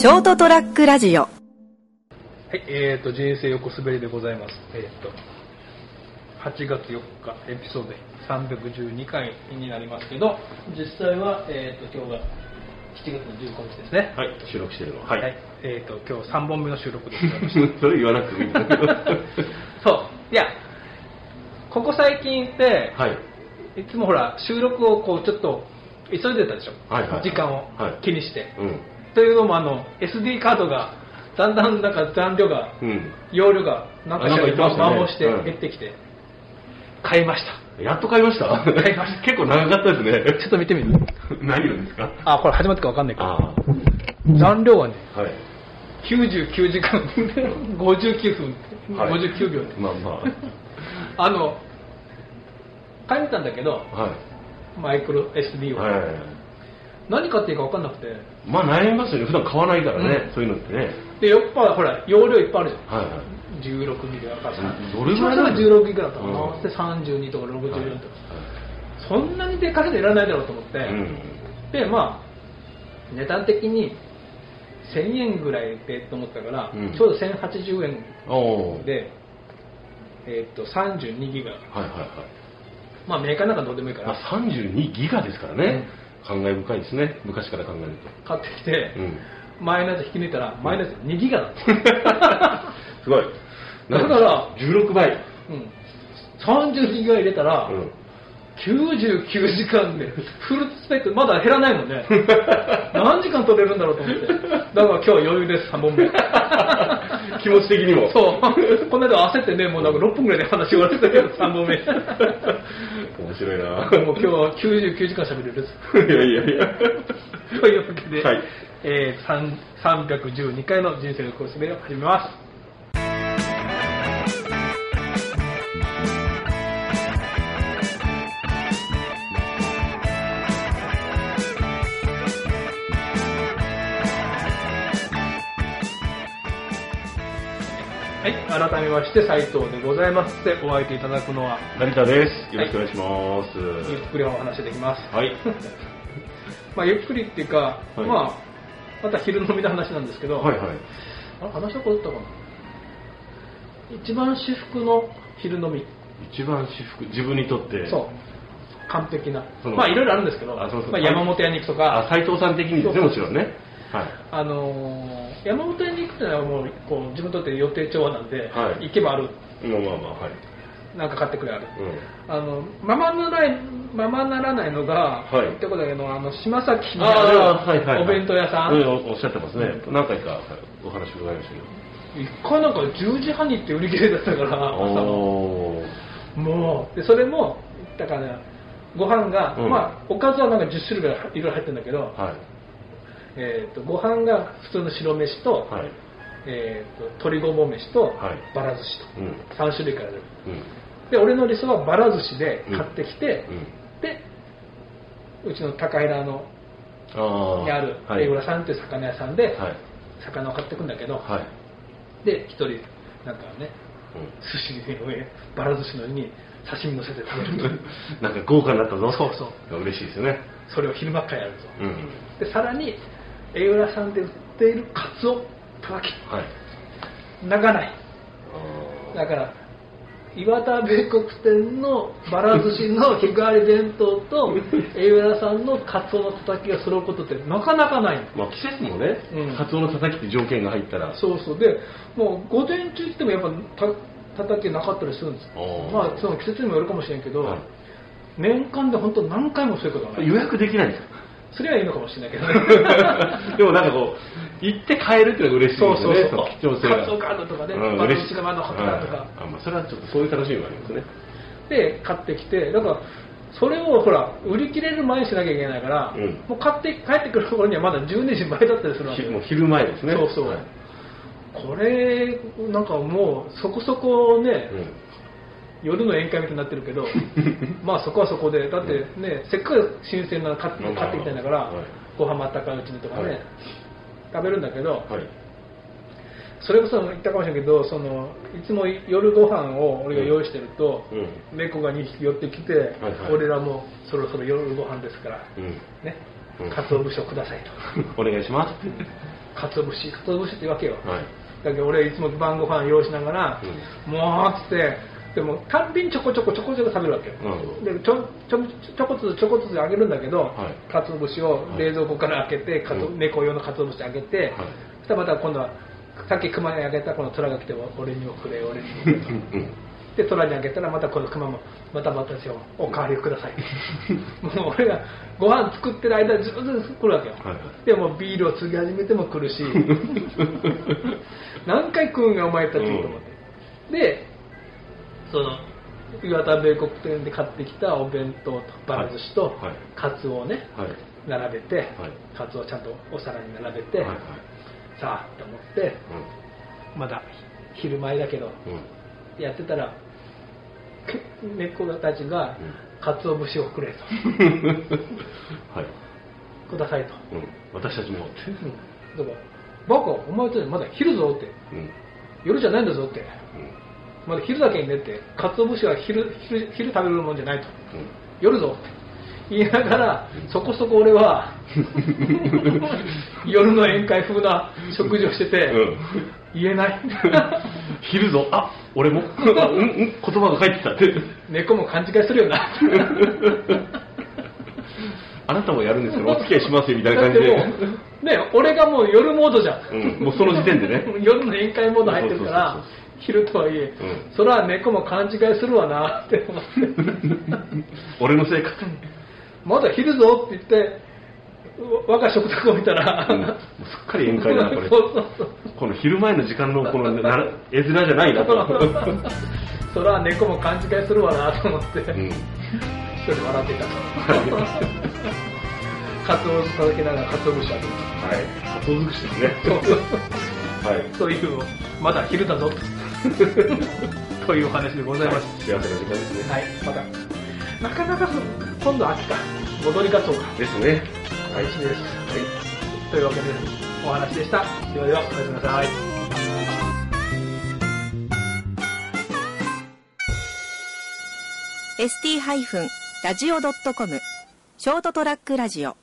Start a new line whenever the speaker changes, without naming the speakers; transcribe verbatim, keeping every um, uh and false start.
ショートトラックラジオ。
はい、えーと、人生横滑りでございます。えーと、はちがつよっか、エピソードさんびゃくじゅうにかいになりますけど、実際は、えーと、今日がしちがつのじゅうごにちですね。
はい、収録してるの。はい。はい、
えーと、今日さんぼんめの収録でございました。
それ言わなくてもいいんだけど。
そう、いや、ここ最近って、はい、いつもほら、収録をこう、ちょっと急いでたでしょ。はいはいはい、時間を気にして。はい、うん、というのも、あの、エスディー カードが、だんだんなんか残量が、うん、容量がなんかしら摩耗して減ってきて、うん、買いました。
やっと買いました。買いました。結構長かったですね。
ちょっと見てみる。
何をですか。
あ、これ始まってか分かんないけど、残量はね、はい、きゅうじゅうきゅうじかんごじゅうきゅうふん、はい、ごじゅうきゅうびょうで、まあまああの買いに行ったんだけど、はい、マイクロ エスディー を、はい、何買っていいか分かんなくて、
まあ悩みますよね。普段買わないからね、うん、そういうのってね。
でやっぱほら容量いっぱいあるじゃん、はいはい、じゅうろくミリだからさ、どれぐらいがじゅうろくギガだったかな、うん、でさんじゅうにとかろくじゅうよんとか、はいはい、そんなにでかいのいらないだろうと思って、うん、でまあ値段的にせんえんぐらいでと思ったから、うん、ちょうどせんはちじゅうえんで、えー、っとさんじゅうにギガ、はいはいはい、まあメーカーなんかどうでもいいから、ま
あ、さんじゅうにギガですからね、うん、感慨深いですね。昔から考えると
買ってきて、うん、マイナス引き抜いたらマイナスにギガだった。
すごい。
だから
じゅうろくばい、
うん、さんじゅうにギガ入れたら、うん、きゅうじゅうきゅうじかんでフルスペックまだ減らないもんね。何時間取れるんだろうと思って。だから今日は余裕です。さんぼんめ。
気持ち的にも。
そう。この間焦ってね、もうなんかろっぷんぐらいで話終わってたけど、さんぼんめ。面
白いな。
もう今日はきゅうじゅうきゅうじかん喋れるです。
いやいやいや。
というわけで、はい、えー、さんびゃくじゅうにかいの人生のコースで始めます。はい、改めまして斉藤でございます。でお相手いただくのは
成田です。よろしくお願いします。
はい、ゆっくりお話できます。
はい。
まあゆっくりっていうか、はい、まあまた昼飲みの話なんですけど、はいはい、あ話したことあったかな。一番至福の昼飲み。
一番至福、自分にとって。
そう。完璧な。まあいろいろあるんですけど、あそうそうまあ、山本屋に行くとか。
あ、斉藤さん的にですね、もちろんね。はい、
あのー、山本屋に行くというのはもうこう自分にとって予定調和なんで、はい、行けばある、
まあまあまあ、はい、
なんか買ってくれある、うん、あのままならないままならないのが、はい、ってことだけどあの島崎にあるお弁当屋さん、
はいはいはい、うん、おっしゃってますね、うん、何回かお話伺いましたけど、
一回なんかじゅうじはんに行って売り切れだったから朝のもうでそれもだから、ね、ご飯が、うん、まあおかずはなんかじゅっしゅるいぐらいいろいろ入ってるんだけど、はいえー、とご飯が普通の白飯と、はいえー、と鶏ごぼう飯と、はい、バラ寿司と、うん、さんしゅるいから出る、うん、で俺の理想はバラ寿司で買ってきて、うん、でうちの高平のにある江浦さんという魚屋さんで、はい、魚を買ってくんだけど、はい、で一人なんかね、うん、寿司の上バラ寿司の上に刺身乗せて食べる
なんか豪華になったぞ。
そうそう
嬉しいですよね。
それを昼間っからやるぞ、うん、でさらに江浦さんで売っているカツオたたき、はい、泣かない。だから岩田米国店のバラ寿司の日替わり弁当と江浦さんのカツオのたたきが揃うことってなかなかない。
まあ季節もね、うん、カツオのたたきって条件が入ったら
そうそうでもう午前中行ってもやっぱたたきなかったりするんです。まあその季節にもよるかもしれんけど、はい、年間で本当何回もそういうことがない。
予約できないんですか。
それはいいのかもしれないけどね。
でもなんかこう行って買えるっていうのが嬉しいですよね。そうそうそう。貴重性が。
カツオカードとかね、バルチがまだホットカードとか。
あ、まあそれはちょっとそういう楽しみがありますね。
で買ってきて、だからそれをほら売り切れる前にしなきゃいけないから、うん、もう買って帰ってくる頃にはまだじゅうにじまえだったりするわけ。
もう昼前ですね。
そうそう。はい、これなんかもうそこそこね。うん夜の宴会みたいになってるけどまあそこはそこでだってね、うん、せっかく新鮮なの買ってきたんだから、はい、ご飯もあったかいうちにとかね、はい、食べるんだけど、はい、 それこそ言ったかもしれないけど、そのいつも夜ご飯を俺が用意してると、うん、猫がにひき寄ってきて、はいはい、俺らもそろそろ夜ご飯ですから、うん、ね、うん、鰹節をくださいと
お願いします
鰹節鰹節って言うわけよ、はい、だけど俺いつも晩ご飯用意しながら、うん、もうっつってでも単品ちょこちょこちょこちょこ食べるわけよ、うん、でちょちょちょこつちょこつあげるんだけど、はい、鰹節を冷蔵庫から開けて、はい、猫用の鰹節あげて、はい、そしたらまた今度はさっき熊にあげたこの虎が来て俺にもくれ俺にもくれとで虎にあげたらまたこの熊もまた私をお代わりくださいもう俺がご飯作ってる間ずっと来るわけよ、はいはい、でもビールを継ぎ始めても来るし何回食うんがお前たちと思って、うん、でその岩田米国店で買ってきたお弁当とばら寿司とカツオをね、はい、並べて、はい、カツオをちゃんとお皿に並べて、はいはい、さあと思って、うん、まだ昼前だけど、うん、やってたら猫たちがかつお節をくれと、はい、くださいと、
うん、私たちもって、
うん、だからバカお前たちまだ昼ぞって、うん、夜じゃないんだぞって、うん、まだ昼だけにねってかつお節は 昼, 昼, 昼食べるもんじゃないと、うん、夜ぞって言いながら、うん、そこそこ俺は夜の宴会風な食事をしてて、うん、言えない
昼ぞあ俺もうんうん言葉が返ってたって
猫も勘違いするよな
あなたもやるんですけどお付き合いしますよみたいな感じで
だってもう、ね、俺がもう夜モードじゃん、
うん、もうその時点でね
夜の宴会モード入ってるから昼とはいえ、うん、それは猫も勘違いするわなって思って
俺のせいか
まだ昼ぞって言って我が食卓を見たら、
うん、すっかり宴会だなこれそうそうそうこの昼前の時間のこの絵面じゃないなと
それは猫も勘違いするわなと思って、うん、一人笑ってたかつお届けながらかつお節あげました
はいかつお尽くしですね
はい、そういうまだ昼だぞというお話でございます、
はい、幸せな時間ですね
はいまたなかなか今度秋か戻りがつおか
ですね
はい、です、はい、というわけでお話でした。ではではおやすみなさい。
エスティー ラジオ ドットコム ショートトラックラジオ